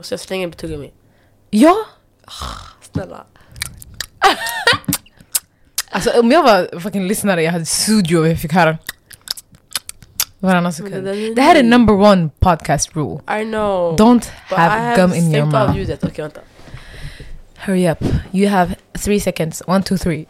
Så jag slänger på tuggummi. Ja. Snälla. Alltså om jag var fucking lyssnare, jag hade studio och jag fick höra varannan sekund. Det här är number one podcast rule. I know. Don't have gum in your mouth. Ljudet. Okej, vänta. Hurry up. You have 3 seconds. 1, 2, 3.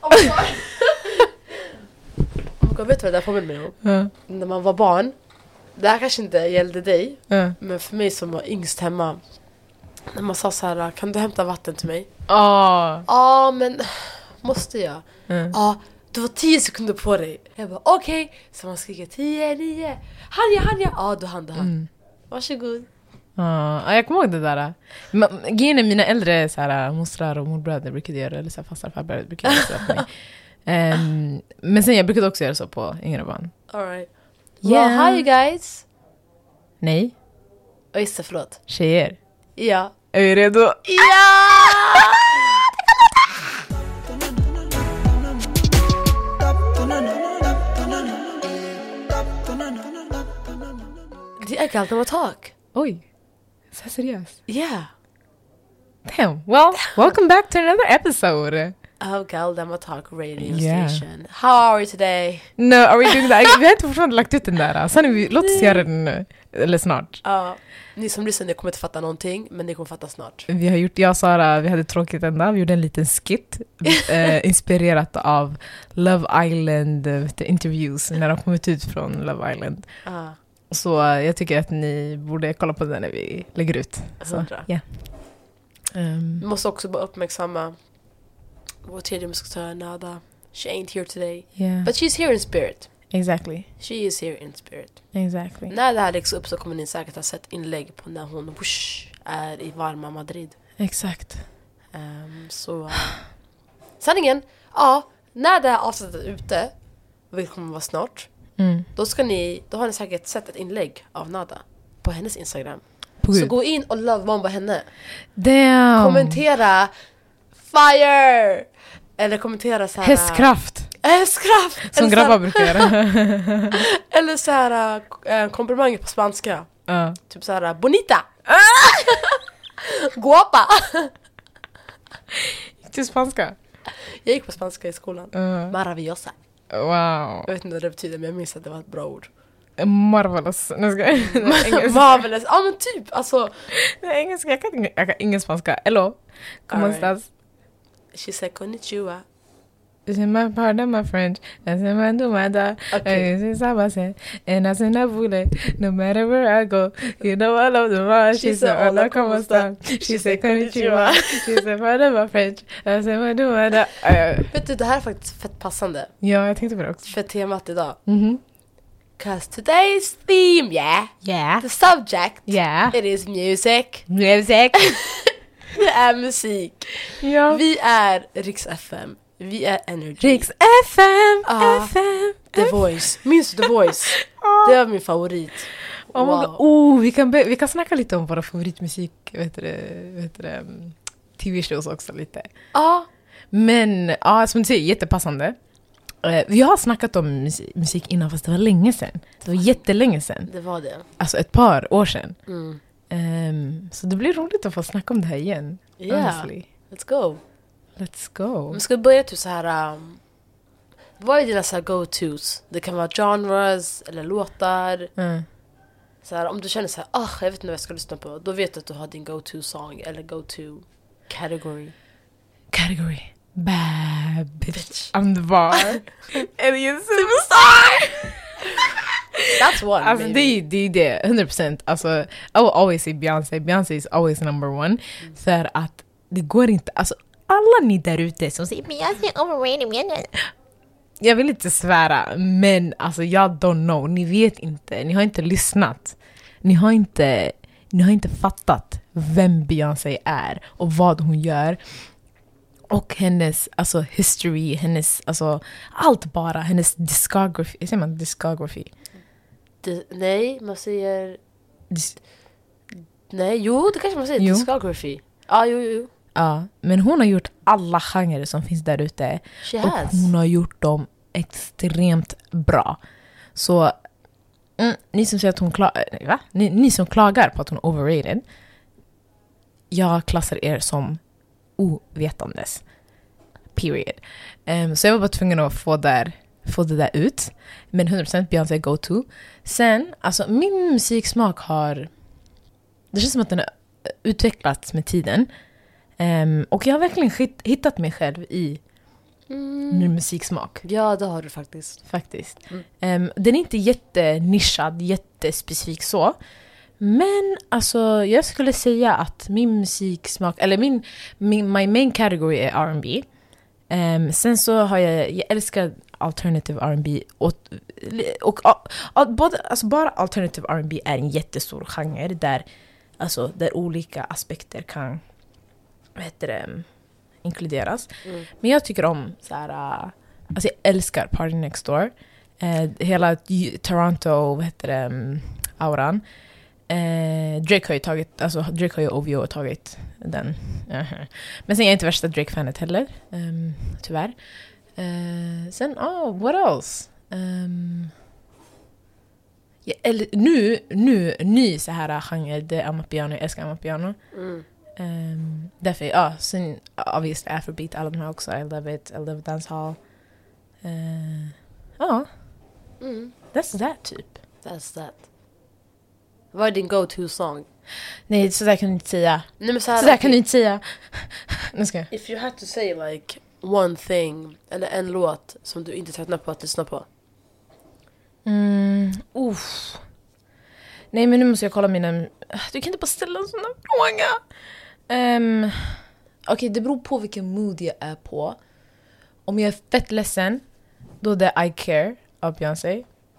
Jag vet vad det där påminner mig om. När man var barn. Det här kanske inte gällde dig. Men för mig som var yngst hemma. När man sa så här, kan du hämta vatten till mig? Ja, men måste jag? Ja, du var 10 sekunder på dig. Jag bara, okej. Så man skriker 10, 9. Hanja. Ja, du hann. Varsågod. Jag kommer ihåg det där. Grejen är mina äldre så här, mostrar och morbröder brukade göra, eller så här, fastrar farbröder brukade göra så för mig. Men sen jag brukade också göra så på yngre barn. All right. Well, hi you guys. Nej. Just det, förlåt. Tjejer. Ja. Är vi redo? Ja! Det är Gal Damma Talk. Oj. Så seriöst? Yeah. Damn. Well, welcome back to another episode of Gal Damma Talk radio station. How are we today? No, are we doing that? Vi har inte fortfarande lagt ut den där. Sen låt oss göra den nu. Eller snart. Ja. Ni som lyssnar, ni kommer inte fatta någonting, men ni kommer fatta snart. Vi har gjort, jag och Sara, vi hade tråkigt ända. Vi gjorde en liten skit inspirerat av Love Island interviews när de kommit ut från Love Island. Så jag tycker att ni borde kolla på den när vi lägger ut. Så, yeah. Vi måste också bara uppmärksamma vår tredje muskatör Nada. She ain't here today. Yeah. But she's here in spirit. Exactly. She is here in spirit. Exactly. När det här läggs upp så kommer ni säkert ha sett inlägg på när hon är i varma Madrid. Exakt. Så sanningen, när det här avsnittet är ute, vilket kommer vara snart, då har ni säkert sett ett inlägg av Nada på hennes Instagram. Så gå in och lovebomba henne. Damn. Kommentera fire! Eller kommentera så här hästkraft. Som grabbar brukar göra. Eller så här komplimanger på spanska. Typ så här bonita. Guapa. Gick du spanska? Jag gick på spanska i skolan. Maravillosa. Wow. Jag vet inte vad det betyder, men jag minns att det var ett bra ord. Marvelous. Marvelous. Ja, men typ. Alltså. Engelska. Jag kan ingen spanska. Hello. ¿Cómo estás? She said konnichiwa. Is my pardon, my French. As in my dumada. And as in a bule. No matter where I go. You know I love the man. She said, hola, ¿cómo está? She said, konnichiwa. She said, pardon, my French. As in my dumada. Vet du, det här är faktiskt fett passande. Ja, jag tänkte på det också. För temat idag. Because today's theme, the subject, it is music. Det är musik. Ja. Vi är Riks FM. Vi är Energy. Riks FM. FM. The Voice. Minns du The Voice? Det var min favorit. Wow. Vi kan snacka lite om våra favoritmusik. Vet du, TV-shows också lite. Men som du säger, jättepassande. Vi har snackat om musik innan, fast det var länge sedan. Det var jättelänge sedan. Det var det. Alltså ett par år sedan. Så det blir roligt att få snacka om det här igen. Honestly. Let's go. Vi ska börja typ så här. Vad är dina så här go-tos? Det kan vara genres eller låtar. Så här, om du känner så här, jag vet inte vad jag ska lyssna på, då vet du att du har din go-to song eller go-to category. Bad bitch. I'm the bar. And you're superstar. That's one. Alltså det 100%. Alltså I will always say Beyoncé. Beyoncé is always number one. För att det går inte. Alltså alla ni där ute som säger Beyoncé overrated. Jag vill inte svära, men alltså jag don't know. Ni vet inte. Ni har inte lyssnat. Ni har inte fattat vem Beyoncé är och vad hon gör. Och hennes alltså history, hennes alltså allt bara, hennes discography. Säger man discography? Nej, man säger nej, jo, det kanske man säger discography. Jo. Ja, men hon har gjort alla genrer som finns där ute. Och hon har gjort dem extremt bra. Så ni som säger att hon ni som klagar på att hon är overrated, jag klassar er som ovetandes. Period. Så jag var bara tvungen att få det där ut. Men 100% Beyoncé go-to. Sen, alltså min musiksmak har... Det känns som att den har utvecklats med tiden. Och jag har verkligen hittat mig själv i min musiksmak. Ja, det har du faktiskt. Den är inte jättenischad, jättespecifik så. Men alltså, jag skulle säga att min musiksmak, eller my main category är R&B. Sen så har jag älskar alternative R&B och bara alternative R&B är en jättestor genre där olika aspekter kan inkluderas. Men jag tycker om så här, alltså jag älskar Party Next Door. Hela Toronto auran. Drake har ju OVO tagit den. Men sen är jag inte värsta Drake-fanet heller. Tyvärr. Sen, what else? Ny så här genre, det är Amapiano, jag älskar Amapiano. Därför, sen obviously Afrobeat, alla de här också, I love it, I love dancehall. That's that typ. That's that. Vad är din go-to song? Nej, så där kan du inte säga. Nej, men kan du inte säga. Nu ska jag. If you had to say like one thing, eller en låt som du inte tröttnar på att lyssna på. Nej, men nu måste jag kolla mina... Du kan inte bara ställa en sån här fråga. Okej, det beror på vilken mood jag är på. Om jag är fett ledsen, då det är I Care av Beyoncé.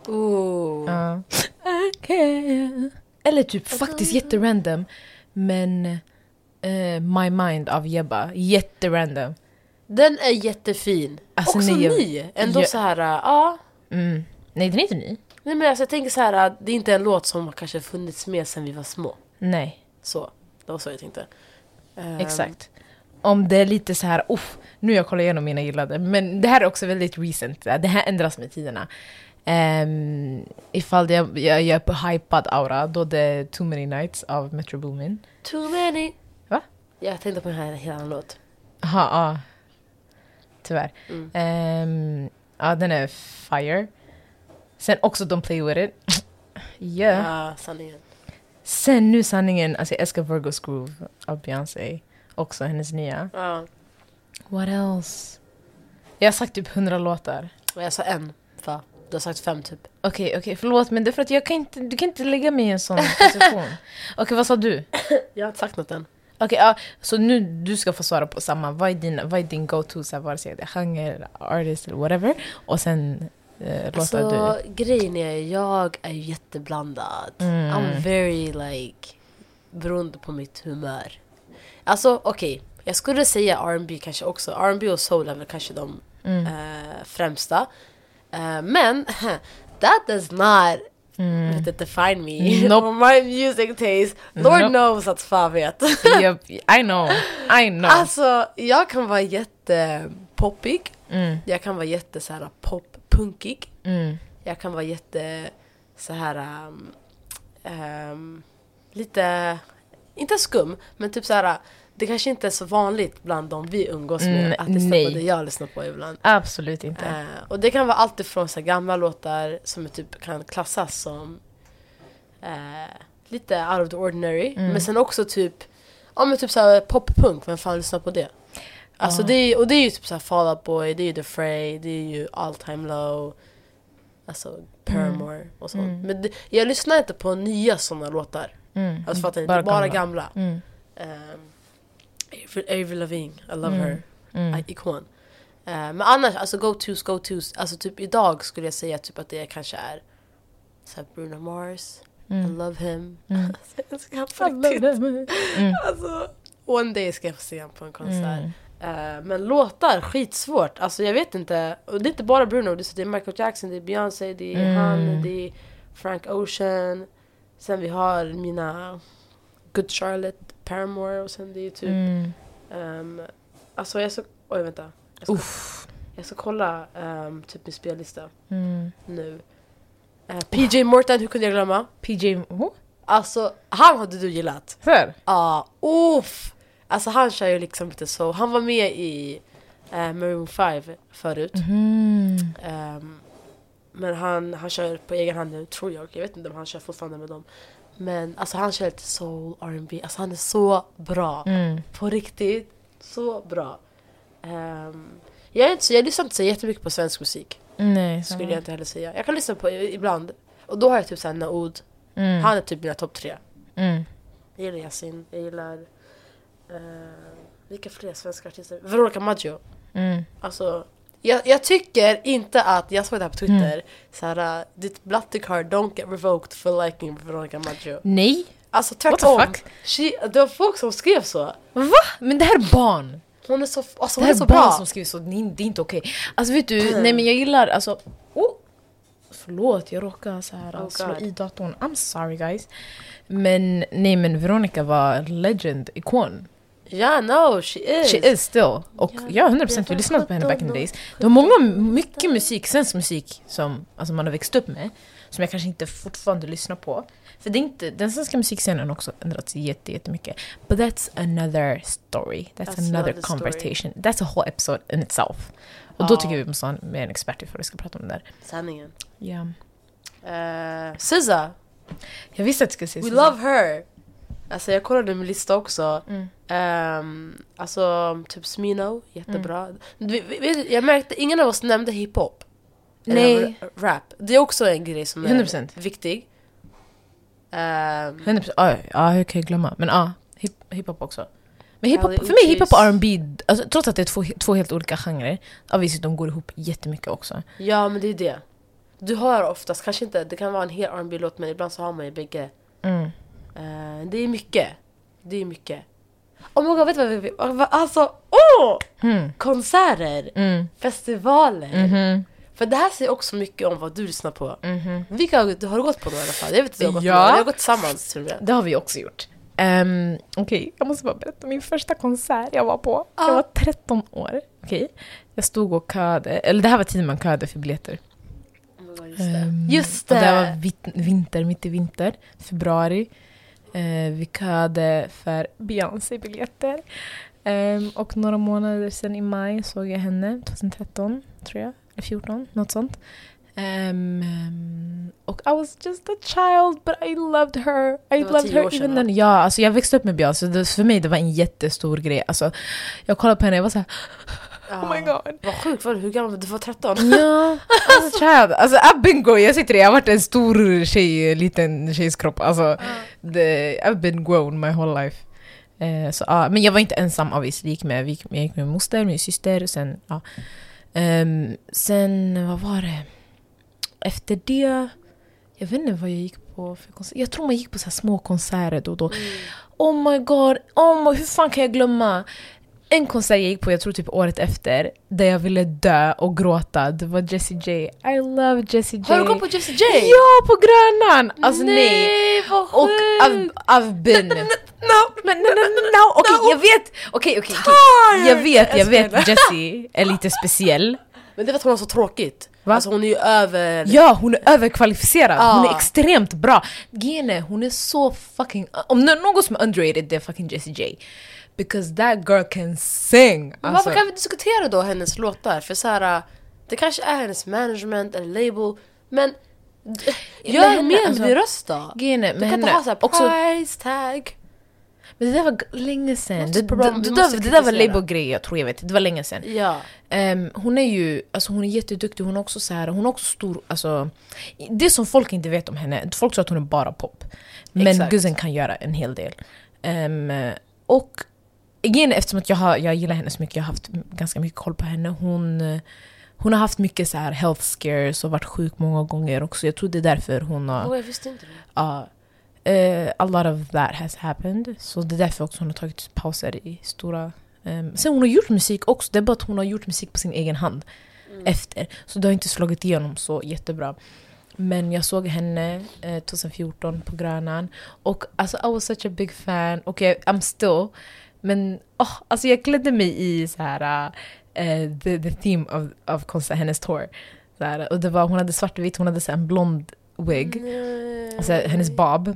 I care. Eller typ faktiskt jätterandom. Men My Mind av Jebba. Jätterandom. Den är jättefin. Alltså, också ny. Ändå så här, Nej, den är inte ny. Nej, men alltså, jag tänker så här, det är inte en låt som kanske funnits med sen vi var små. Nej. Så, det var så jag tänkte. Exakt. Om det är lite så här, nu jag kollar igenom mina gillade. Men det här är också väldigt recent. Det här ändras med tiderna. Ifall jag är på hypad aura, då det är Too Many Nights av Metro Boomin. Too many. Va? Jag tänkte på den här hela låt. Jaha, tyvärr. Den är fire. Sen också Don't Play With It. Ja, sanningen. Sen nu sanningen, alltså jag älskar Virgo's Groove av Beyoncé. Också hennes nya. What else? Jag har sagt typ 100 låtar. Jag sa en, va? Du har sagt 5 typ. Okej, förlåt, men det är för att du kan inte lägga mig i en sån position. Okej, vad sa du? Jag har inte sagt något än. Okej, så nu du ska få svara på samma. Vad är din go-to, så här, vare sig det är genre, artist eller whatever. Och sen låtar du. Grejen är, jag är jätteblandad. I'm very like beroende på mitt humör. Alltså, okej. Jag skulle säga R&B kanske också. R&B och soul är väl kanske de främsta. Men that does not define me. Nope. My music taste. Lord knows att fan vet. Yep, I know. Alltså, jag kan vara jättepoppig. Jag kan vara jätte så här pop-punkig. Jag kan vara jätte så här lite, inte skum, men typ så här. Det kanske inte är så vanligt bland dem vi umgås med att lyssna på det jag lyssnar på ibland. Absolut inte. Och det kan vara allt ifrån så gamla låtar som typ kan klassas som lite out of the ordinary. Men sen också typ men typ så här pop-punk, vem fan lyssnar på det? Alltså det är ju typ så här Fall Out Boy, det är ju The Fray, det är ju All Time Low, alltså Paramore och sånt. Men jag lyssnar inte på nya sådana låtar. Alltså fattar inte, bara gamla. Avril Lavigne, I love her. Ikon. Men annars, alltså go-tos. Alltså typ idag skulle jag säga typ att det kanske är så här Bruno Mars. I love him. Jag ska alltså, one day ska jag få se honom på en konsert. Men låtar, skitsvårt. Alltså jag vet inte. Och det är inte bara Bruno, det är Michael Jackson, det är Beyoncé, det är han, det är Frank Ocean. Sen vi har mina Good Charlotte, Paramore, och sen det är typ alltså jag ska kolla typ min spellista nu. PJ Morton, hur kunde jag glömma? PJ Alltså, han hade du gillat. För? Ja, alltså han kör ju liksom inte så. Han var med i Maroon 5 förut. Men han kör på egen hand nu, tror jag. Jag vet inte om han kör fortfarande med dem. Men alltså han kör lite soul, R&B. Alltså han är så bra. På riktigt, så bra. Jag lyssnar inte så jättemycket på svensk musik. Nej, skulle jag inte heller säga. Jag kan lyssna på ibland. Och då har jag typ såhär Naoud. Han är typ mina topp 3. Jag gillar Yasin. Jag gillar vilka fler svenska artister? Veronica Maggio. Alltså jag tycker inte att, jag såg det här på Twitter, såhär, ditt Blattycard don't get revoked for liking Veronica Maggio. Nej. Alltså tvärtom. Det var folk som skrev så. Va? Men det här är barn. Hon är så, alltså, det hon är så bra. Barn som skriver så, det är inte okej. Alltså vet du, nej men jag gillar, alltså förlåt, jag råkar så här slå i datorn. I'm sorry guys. Men nej, men Veronica var legend, ikon. Yeah, no, she is still. Och jag 100% vi lyssnat på henne back in the days. Det var mycket musik, svensk musik som alltså man har växt upp med, som jag kanske inte fortfarande lyssnar på. För det är inte, den svenska musikscenen har också ändrats jättemycket. But that's another story. That's another conversation. Story. That's a whole episode in itself. Och då tycker vi måste ha med en expert för att vi ska prata om det där. Sanningen. Ja. SZA. Jag visste att du skulle säga We love her. Alltså jag kollade min lista också. Alltså typ Smino, jättebra. Jag märkte ingen av oss nämnde hiphop. Nej. Rap. Det är också en grej som är 100%. Viktig. 100%. Ja, hur kan jag glömma? Men hiphop också. Men hiphop, för mig hiphop och R&B, alltså, trots att det är två helt olika genrer, visst de går ihop jättemycket också. Ja, men det är det. Du har oftast, kanske inte, det kan vara en hel R&B-låt, men ibland så har man ju bägge. Det är mycket. Oh my god, vet du vad alltså, konserter, festivaler. För det här säger också mycket om vad du lyssnar på. Vilka har du gått på då i alla fall? Jag vet inte, vi har gått tillsammans. Det har vi också gjort. Okej, jag måste bara berätta min första konsert jag var på. Jag var 13 år. Okej. Jag stod och köade, eller det här var tiden man köade för biljetter. Just det. Och det var mitt i vinter, februari. Vi köade för Beyoncé-biljetter. Och några månader sedan i maj såg jag henne, 2013 tror jag, eller 14, något sånt. Och I was just a child, but I loved her. I loved her even then. Ja, alltså jag växte upp med Beyoncé. För mig det var en jättestor grej. Alltså, jag kollade på henne och var så här, oh my god. Vad sjukt, hur gammal du var 13? Ja, as a child. Alltså I've been growing. Jag sitter, jag har varit en stor tjej, liten tjejs kropp. Alltså, I've been grown my whole life. Men jag var inte ensam obviously. Jag gick med min moster, min syster. Sen vad var det? Efter det, jag vet inte vad jag gick på för konsert. Jag tror man gick på så här små konserter då. Oh my god, hur fan kan jag glömma? En konsert jag gick på, jag tror typ året efter, där jag ville dö och gråta. Det var Jessie J. I love Jessie J. Har du gått på Jessie J? Ja, på Grönan. Alltså nej. Vad sjukt. Och I've been No. Okej, jag vet. Okej. Jag vet Jessie är lite speciell. Men det var att hon var så tråkigt. Va? Alltså hon är ju över... Ja, hon är överkvalificerad. Hon är extremt bra. Gene, hon är så fucking... Om någon som är underrated, det är fucking Jessie J. Because that girl can sing. Men varför kan vi diskutera då hennes låtar? För så här, det kanske är hennes management eller label. Men gör mer med din röst då. Gene, du kan inte ha så här price tag. Men det där var länge sedan. Det där var label-grej, jag tror jag vet. Det var länge sedan. Ja. Hon är ju, alltså hon är jätteduktig. Hon är också så här, hon är också stor, alltså det som folk inte vet om henne. Folk tror att hon är bara pop. Men Guzzen kan göra en hel del. Och igen, eftersom att jag gillar henne så mycket, jag har haft ganska mycket koll på henne. Hon har haft mycket så här health scares och varit sjuk många gånger också. Jag tror det är därför hon har... jag visste inte det. A lot of that has happened. Så det är därför också hon har tagit pauser i stora... sen hon har gjort musik också. Det är bara att hon har gjort musik på sin egen hand efter. Så det har inte slagit igenom så jättebra. Men jag såg henne 2014 på Grönan. Och alltså, I was such a big fan. Och I'm still... Men alltså jag klädde mig i så här the theme of hennes tour. Så här, och det var, hon hade svart och vitt, hon hade så en blond wig. Alltså hennes bob.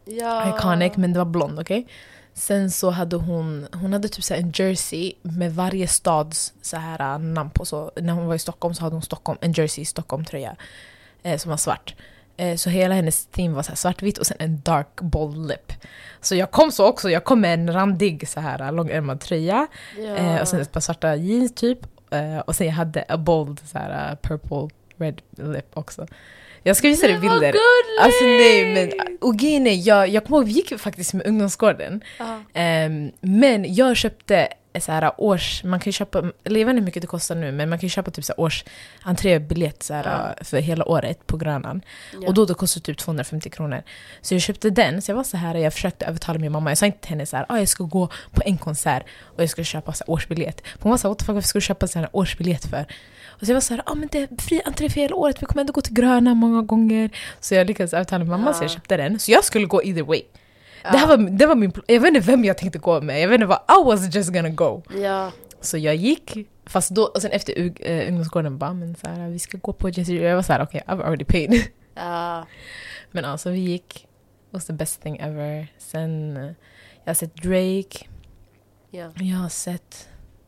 Ja. Iconic, men det var blond, okej? Sen så hade hon hade typ så här en jersey med varje stads så här namn på. Så när hon var i Stockholm så hade hon en jersey i Stockholm-tröja som var svart. Så hela hennes theme var så här svartvitt och sen en dark bold lip. Så jag kom med en randig så här långärmad tröja och sen ett par svarta jeans typ och sen jag hade a bold så här purple red lip också. Jag ska visa dig bilder. Alltså nej, men och grejen är, jag kommer ihåg, vi gick faktiskt med ungdomsgården. Men jag köpte så här man kan ju köpa, eller jag vet inte hur mycket det kostar nu, men man kan ju köpa typ så här års entrébiljett så här för hela året på Grönan. Och då kostar det typ 250 kronor. Så jag köpte den, så jag var så här, jag försökte övertala min mamma. Jag sa inte till henne så här, jag ska gå på en konsert och jag ska köpa så här årsbiljett. Hon var så här, what the fuck, varför ska du köpa så här årsbiljett för? Och så jag var så här, men det är fri entré för hela året, vi kommer ändå gå till Gröna många gånger. Så jag lyckades övertala min mamma, så jag köpte den. Så jag skulle gå either way. Det var min jag vet inte vem jag tänkte gå med. Jag vet inte vad, I was just gonna go. Så jag gick, fast då, och sen efter ungdomsgården bara, men så här, vi ska gå på Jesse. Jag var så här, okay, I've already paid. Men alltså vi gick, it was the best thing ever. Sen jag har sett Drake. Jag har sett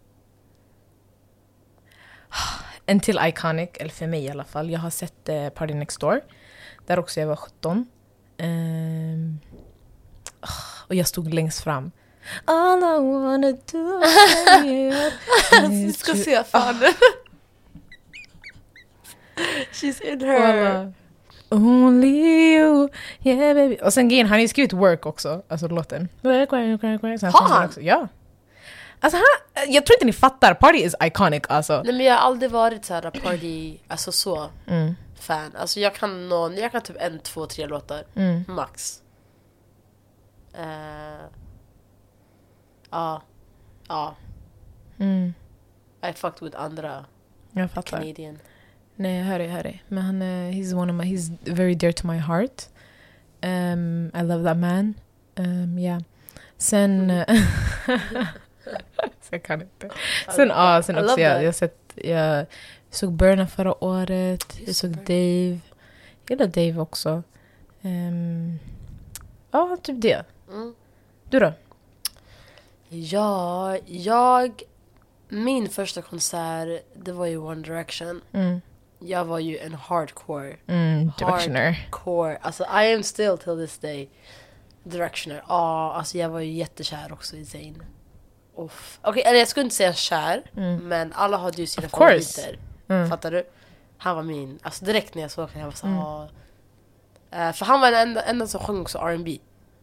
en till Iconic, eller för mig i alla fall. Jag har sett Party Next Door. Där också jag var 17. Och jag stod längst fram. All I wanna do Vi ska se fan. She's in her. Only you, yeah baby. Och sen han har ju skrivit Work också, alltså låten. Har han? Också. Ja. Alltså jag tror inte ni fattar, Party is iconic alltså. Nej, men jag har aldrig varit så här Party, alltså så fan. Alltså jag kan typ 1, 2, 3 låtar max. I fucked with andra. Jag fattar. Canadian. Nej, jag hör det. Men he's very dear to my heart. I love that man. Yeah. Sen så jag kan inte. Sen också jag såg Burna förra året. Jag såg Dave. Jag gillar Dave också. Typ det. Du då? Ja, min första konsert, det var ju One Direction. Jag var ju en hardcore. Hardcore. Alltså I am still till this day Directioner. Alltså jag var ju jättekär också i Zayn. Okej, eller jag skulle inte säga kär, men alla hade ju sina favoriter. Fattar du? Han var min, alltså direkt när jag såg honom, jag var så för han var den enda som sjöng också R&B.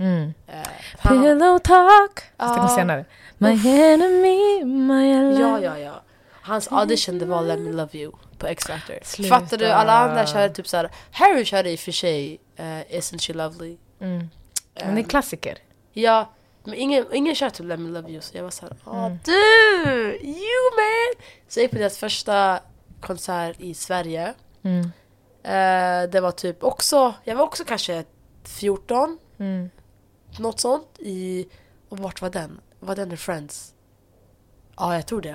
Pillow talk. Senare. My enemy, my enemy. Ja. Hans audition, det var Let Me Love You på X-Factor. Fattar du? Alla andra körde typ såhär. Harry körde i och för sig Isn't She Lovely. Men det är en klassiker. Ja, men ingen körde typ Let Me Love You. Så jag var såhär, du, you man. Så jag gick på deras första konsert i Sverige. Det var typ också, jag var också kanske 14. Något sånt och vart var den? Var den i Friends? Ja, jag tror det.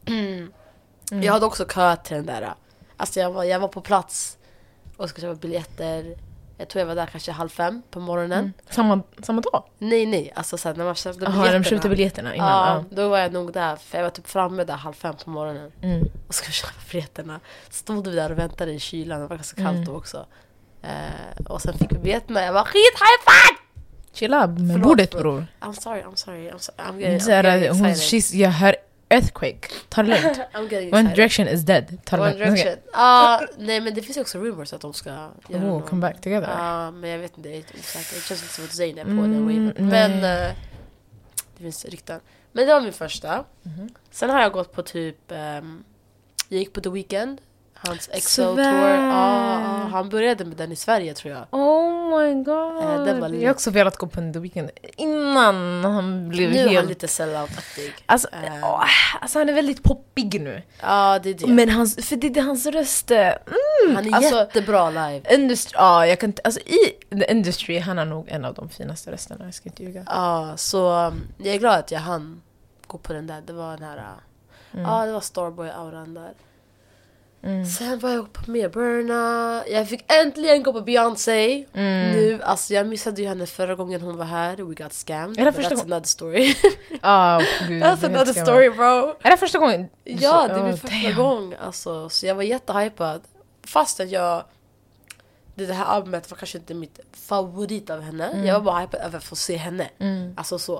Jag hade också köat till den där. Alltså jag var på plats och skulle köpa biljetter. Jag tror jag var där kanske 4:30 på morgonen. Samma dag? Nej, alltså sen när man köpte biljetterna. De köpte biljetterna innan. Då var jag nog där, för jag var typ framme där 4:30 på morgonen. Och skulle köpa biljetterna. Stod vi där och väntade i kylan, det var ganska kallt då också. Och sen fick vi biljetterna, jag var skithypad! Chilla med bordet, bror. I'm sorry. I'm getting jag hör earthquake. Ta det lugnt. One Direction is dead. One Direction. Nej, men det finns ju också rumors att de ska göra come back together. Men jag vet inte, det är osäkert. Det känns inte som att Zayn är på den waven. Men det finns rykten. Men det var min första. Sen har jag gått på typ jag gick på The Weeknd. Hans EXO-tour. Han började med den i Sverige, tror jag. Oh my god. Jag har också velat gå på The Weeknd innan han blev nu helt... Nu är han lite sell-out-aktig. Alltså han är väldigt poppig nu. Ja, det är det. Men för det är hans röst. Han är jättebra live. Jag kan inte... Alltså i the industry, han är nog en av de finaste rösterna. Jag ska inte ljuga. Så jag är glad att jag hann gå på den där. Det var den här... det var Starboy-auran där. Sen var jag på med Burna. Jag fick äntligen gå på Beyoncé. Nu, alltså jag missade ju henne förra gången hon var här. We got scammed. Är det första That's another story. Gud, That's another story, bro. Är det första gången? Ja, det är min första gång. Alltså, så jag var jättehypad. Fastän det här albumet var kanske inte mitt favorit av henne. Jag var bara hypad över att få se henne. Alltså så.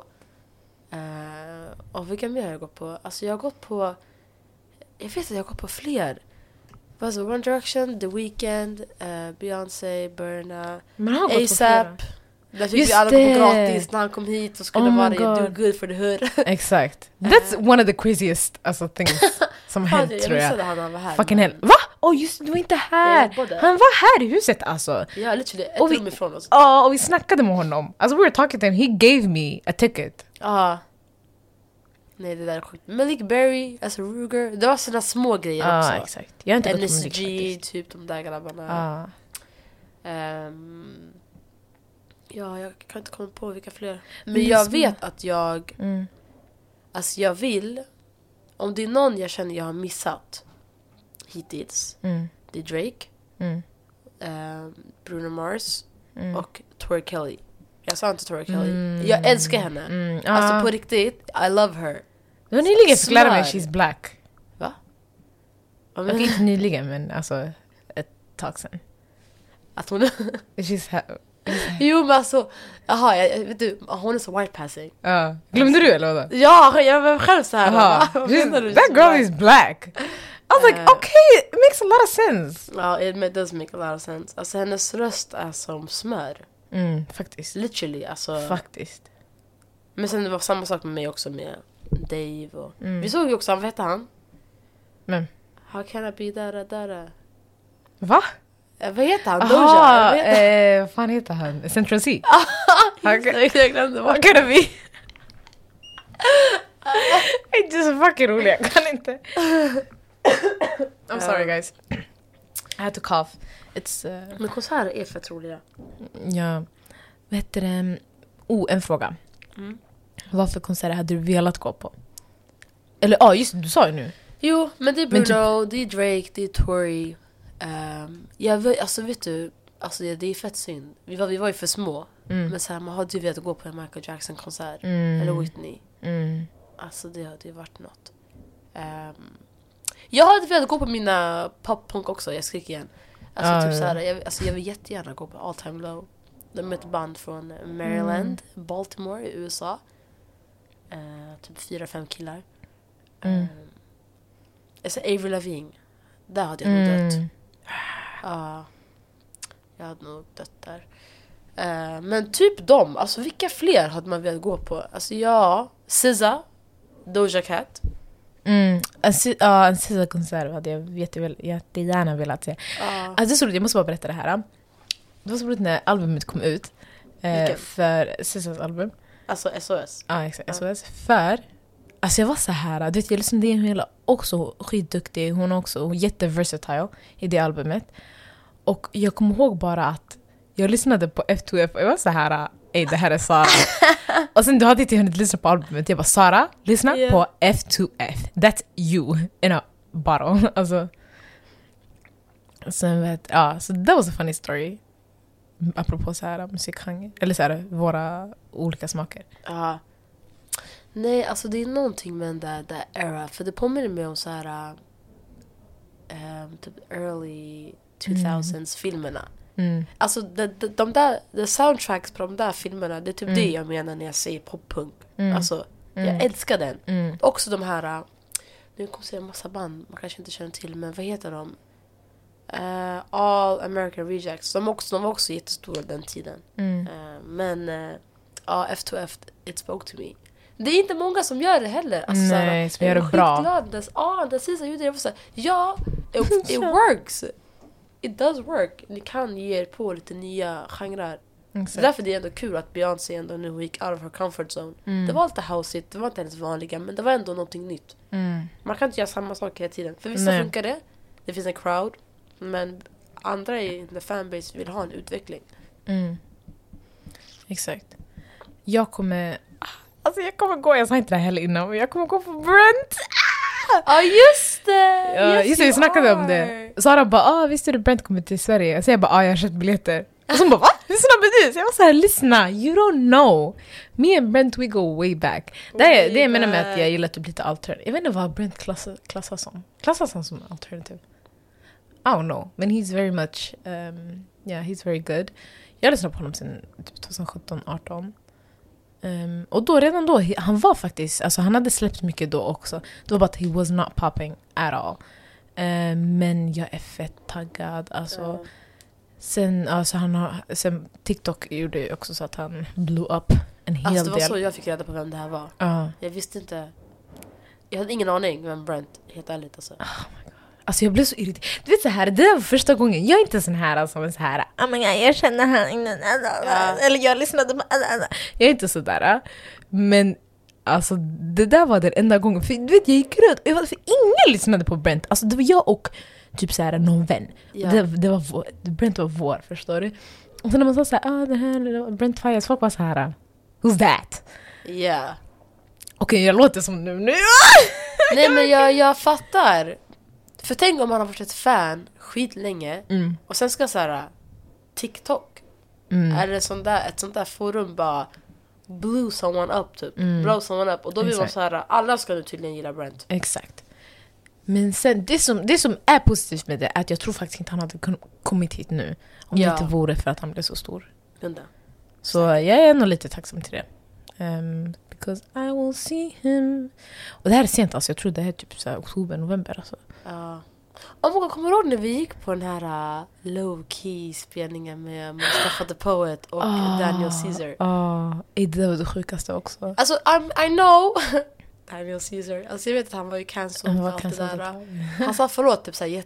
Och vilka mer har jag gått på? Alltså jag har gått på... Jag vet att jag har gått på fler. Alltså One Direction, The Weeknd, Beyoncé, Burna, ASAP. Där fick vi alla gå på gratis när han kom hit och skulle bara do good for the hood. Exakt. That's one of the craziest things som hänt, tror jag. Han var här. Fucking hell. Va? Just du var inte här. Han var här i huset alltså. Ja, literally ett rum ifrån oss. Och vi snackade med honom. Alltså we were talking to him. He gave me a ticket. Nej, det där är sjukt. Malik Berry, alltså Ruger. Det var sådana små grejer också. Exakt. Jag har inte gått på NSG, typ de där grabbarna. Ja, jag kan inte komma på vilka fler. Men jag vet att jag... Alltså jag vill... Om det är någon jag känner jag har missat hittills. Det är Drake. Bruno Mars. Och Tori Kelly. Jag sa inte Tori Kelly. Jag älskar henne. Alltså på riktigt, I love her. Du har nyligen förklarat mig she's black. Va? Okej, inte nyligen, men alltså ett tag sedan. Att hon... she's Jo, men alltså... Jaha, vet du, hon är så white passing. Glömde du eller vad? Ja, jag var själv så här. That girl is black. I was like, okay, it makes a lot of sense. Ja, it does make a lot of sense. Alltså hennes röst är som smör. Faktiskt. Literally, alltså. Faktiskt. Men sen det var samma sak med mig också med Dave och... Vi såg ju också, vad heter han? Men? How can I be där? Va? Vad heter han? Doja? Vad fan heter han? Central C? Jag glömde vad. Can it be? It's just fucking rolig, jag kan inte. I'm sorry guys. I had to cough. Men konserter är fett roliga. Ja. Vad heter det? En fråga. Vad för konserter hade du velat gå på? Eller just du sa ju nu. Jo, men det är Bruno, det är Drake, det är Tori. Alltså vet du, alltså det är fett synd. Vi var ju för små. Men så här, man hade ju velat gå på en Michael Jackson-konsert. Eller Whitney. Alltså det hade ju varit något. Jag hade velat gå på mina pop-punk också. Jag skriker igen. Alltså typ såhär, jag vill jättegärna gå på All Time Low. De är ett band från Maryland, Baltimore i USA. Typ 4-5 killar. Alltså Avril Lavigne. Där hade jag nog dött. Jag hade nog dött där. Men typ dem. Alltså vilka fler hade man velat gå på? Alltså SZA, Doja Cat. En SZA-konsert hade jag jättegärna velat se. Alltså det är så roligt, jag måste bara berätta det här. Det var så roligt när albumet kom ut. För SZAs album. Alltså SOS. Ja, exakt. SOS. För alltså jag var så här, du vet, jag lyssnade in hela, också skitduktig, hon också jätteversatile i det albumet. Och jag kommer ihåg bara att jag lyssnade på F2F och jag var så här, det här är Sara. Och sen du hade inte hunnit lyssna på albumet. Jag bara, Sara, lyssna på F2F. That's you in a bottle. Alltså. Sen så that was a funny story. Apropå så här musikgenre. Eller så här, våra olika smaker. Nej, alltså det är någonting med den där era. För det påminner mig om så här typ early 2000s-filmerna. Alltså de där soundtracks på de där filmerna, det är typ det jag menar när jag säger poppunk. Alltså, jag älskar den. Också de här, nu kommer jag säga en massa band man kanske inte känner till, men vad heter de? All American Rejects. De var också jättestora den tiden. Men F2F, It Spoke To Me. Det är inte många som gör det heller. Alltså, nej, som gör det bra. Den sista gjorde det. Så it works. It does work. Ni kan ge er på lite nya genrer. Exactly. Därför det är ändå kul att Beyoncé ändå nu gick out of her comfort zone. Det var lite houseigt, det var inte ens vanliga, men det var ändå någonting nytt. Man kan inte göra samma sak hela tiden. För vissa funkar det. Det finns en crowd. Men andra i the fanbase vill ha en utveckling. Exakt. Jag kommer gå, jag sa inte det heller innan, men jag kommer gå på Brent. Ja, just det! Ja, just det, vi snackade om det. Sara bara, visste du Brent kommer till Sverige? Så jag bara, jag har köpt biljetter. Och så bara, va? Hur snabb är du? Så jag var så här, lyssna, you don't know. Me and Brent, we go way back. Det jag menar med att jag gillar typ lite alternative. Jag vet inte vad Brent klassas som. Klassas han som alternative? I don't know. Men he's very much, he's very good. Jag lyssnade på honom sedan typ 2017-18. Och då redan då, han var faktiskt, alltså han hade släppt mycket då också. Det var bara att he was not popping at all. Men jag är fett taggad. Alltså, sen TikTok gjorde ju också så att han blew up en hel del. Det var så jag fick reda på vem det här var. Jag visste inte. Jag hade ingen aning vem Brent, helt ärligt alltså. Oh my God. Alltså jag blev så irriterad. Du vet så här, det var första gången. Jag är inte sån här alltså, men så här, jag känner han eller jag lyssnade på. Jag är inte så där. Men alltså det där var den enda gången. För du vet, jag gick runt. För ingen lyssnade på Brent. Alltså det var jag och typ så här någon vän. Det var Brent var vår, förstår du? Och så när man sa så här, det här Brent Fires, folk var så här, who's that? Yeah. Okej, jag låter som nu. Nej, men jag fattar. För tänk om man har varit ett fan skitlänge och sen ska så här TikTok. Är det ett sånt där forum bara blew someone up typ. Blow someone up. Och då blir man så här, alla ska nu tydligen gilla Brent. Exakt. Men sen, det som är positivt med det är att jag tror faktiskt inte han hade kommit hit nu om det inte vore för att han blev så stor. Så jag är nog lite tacksam till det. Because I will see him. Och det här är sent alltså, jag tror det är typ så här oktober, november alltså. Många kommer ihåg när vi gick på den här low-key spelningen med Mustafa the Poet och Daniel Caesar. Det var det sjukaste också. Alltså, I know Daniel Caesar. Alltså jag vet att han var ju cancelled och allt det där. Han sa förlåt typ såhär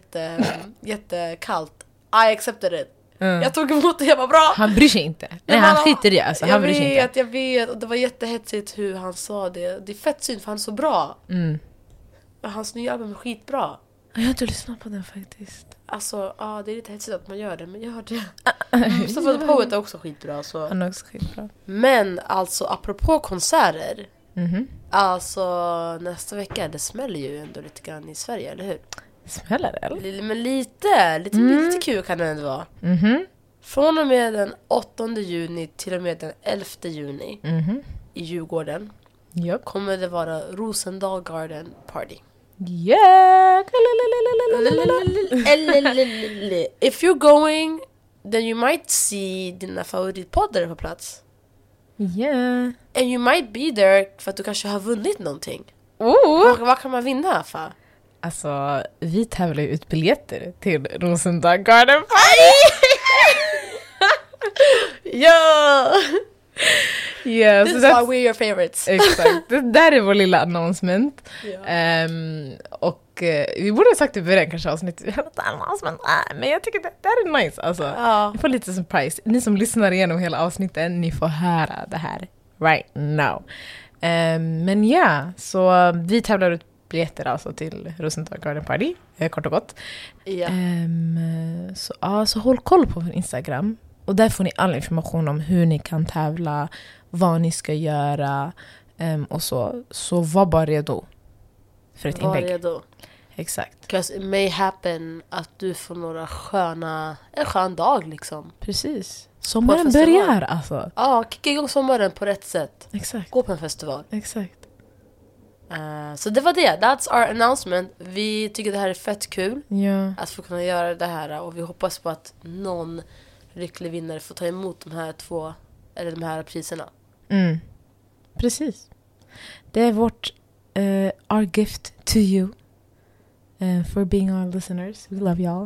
jättekallt. I accepted it. Jag tog emot det, jag var bra. Han bryr sig inte. Nej, han skiter i det alltså. Han bryr sig inte. Jag vet. Och det var jättehetsigt hur han sa det. Det är fett synd för han är så bra. Hans nya album är skitbra. Jag har inte lyssnat på den faktiskt. Alltså, det är lite hetsigt att man gör det. Men gör det. Mustafa the Poet är också skitbra så. Han är också skitbra. Men alltså, apropå konserter. Alltså, nästa vecka, det smäller ju ändå lite grann i Sverige, eller hur? Smäller det, eller? Men lite kul kan det ändå vara. Från och med den 8 juni till och med den 11 juni i Djurgården kommer det vara Rosendal Garden Party. Yeah! If you're going, then you might see dina favoritpoddare på plats. Yeah. And you might be there för att du kanske har vunnit någonting. Vad kan man vinna för? Alltså, vi tävlar ju ut biljetter till Rosendal Garden Party. Yeah, this is why we're your favorites. Exakt, det där är vår lilla announcement. Och vi borde ha sagt det i början kanske avsnitt. Vi har ett announcement, men jag tycker det är nice alltså. Ni får lite surprise. Ni som lyssnar igenom hela avsnittet, ni får höra det här right now. Men så vi tävlar ut biljetter alltså till Rosendal Garden Party, kort och gott. Så håll koll på vår Instagram. Och där får ni all information om hur ni kan tävla, vad ni ska göra och så. Så var bara redo för ett inlägg. Var redo. Exakt. Because it may happen att du får en skön dag liksom. Precis. Sommaren börjar alltså. Kicka igång sommaren på rätt sätt. Exakt. Gå på en festival. Exakt. Så det var det. That's our announcement. Vi tycker det här är fett kul att få kunna göra det här. Och vi hoppas på att någon lycklig vinnare får ta emot de här priserna. Precis. Det är vårt our gift to you for being our listeners. We love y'all.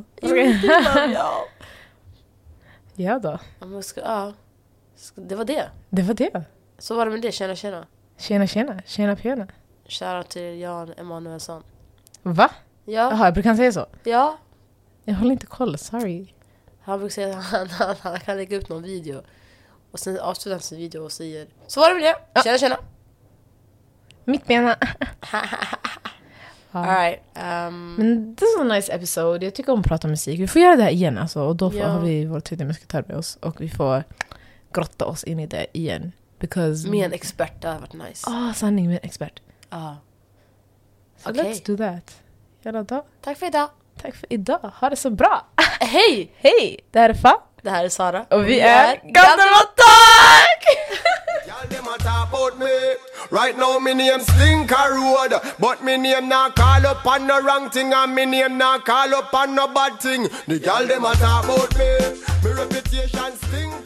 Ja då. Det var det. Det var det. Så var det med det. Tjena. Tjena pjena. Shoutout till Jan Emanuelsson. Va? Ja. Jaha, jag brukar säga så. Ja. Jag håller inte koll, sorry. Han brukar säga att han kan lägga upp någon video. Och sen avslutar han sin video och säger: så var det med det. Tjena. Mitt bena. Alright. Men det är en nice episode. Jag tycker om att prata musik. Vi får göra det här igen alltså. Och då har vi vår tredje muskatör med oss. Och vi får grotta oss in i det igen. Because med en expert, det har varit nice. Sanning med en expert. So let's do that. Jävla dag. Tack för idag. Tack för idag. Ha det så bra. Hej! Hej! Det här är Fa. Det här är Sara. Och vi är Gandalf-Attack! Y'all them a talk about me. Right now me name Slinker Road, but me name not call up on no wrong thing, and me name not call up on no bad thing. The y'all them a talk about me. Me reputation stink.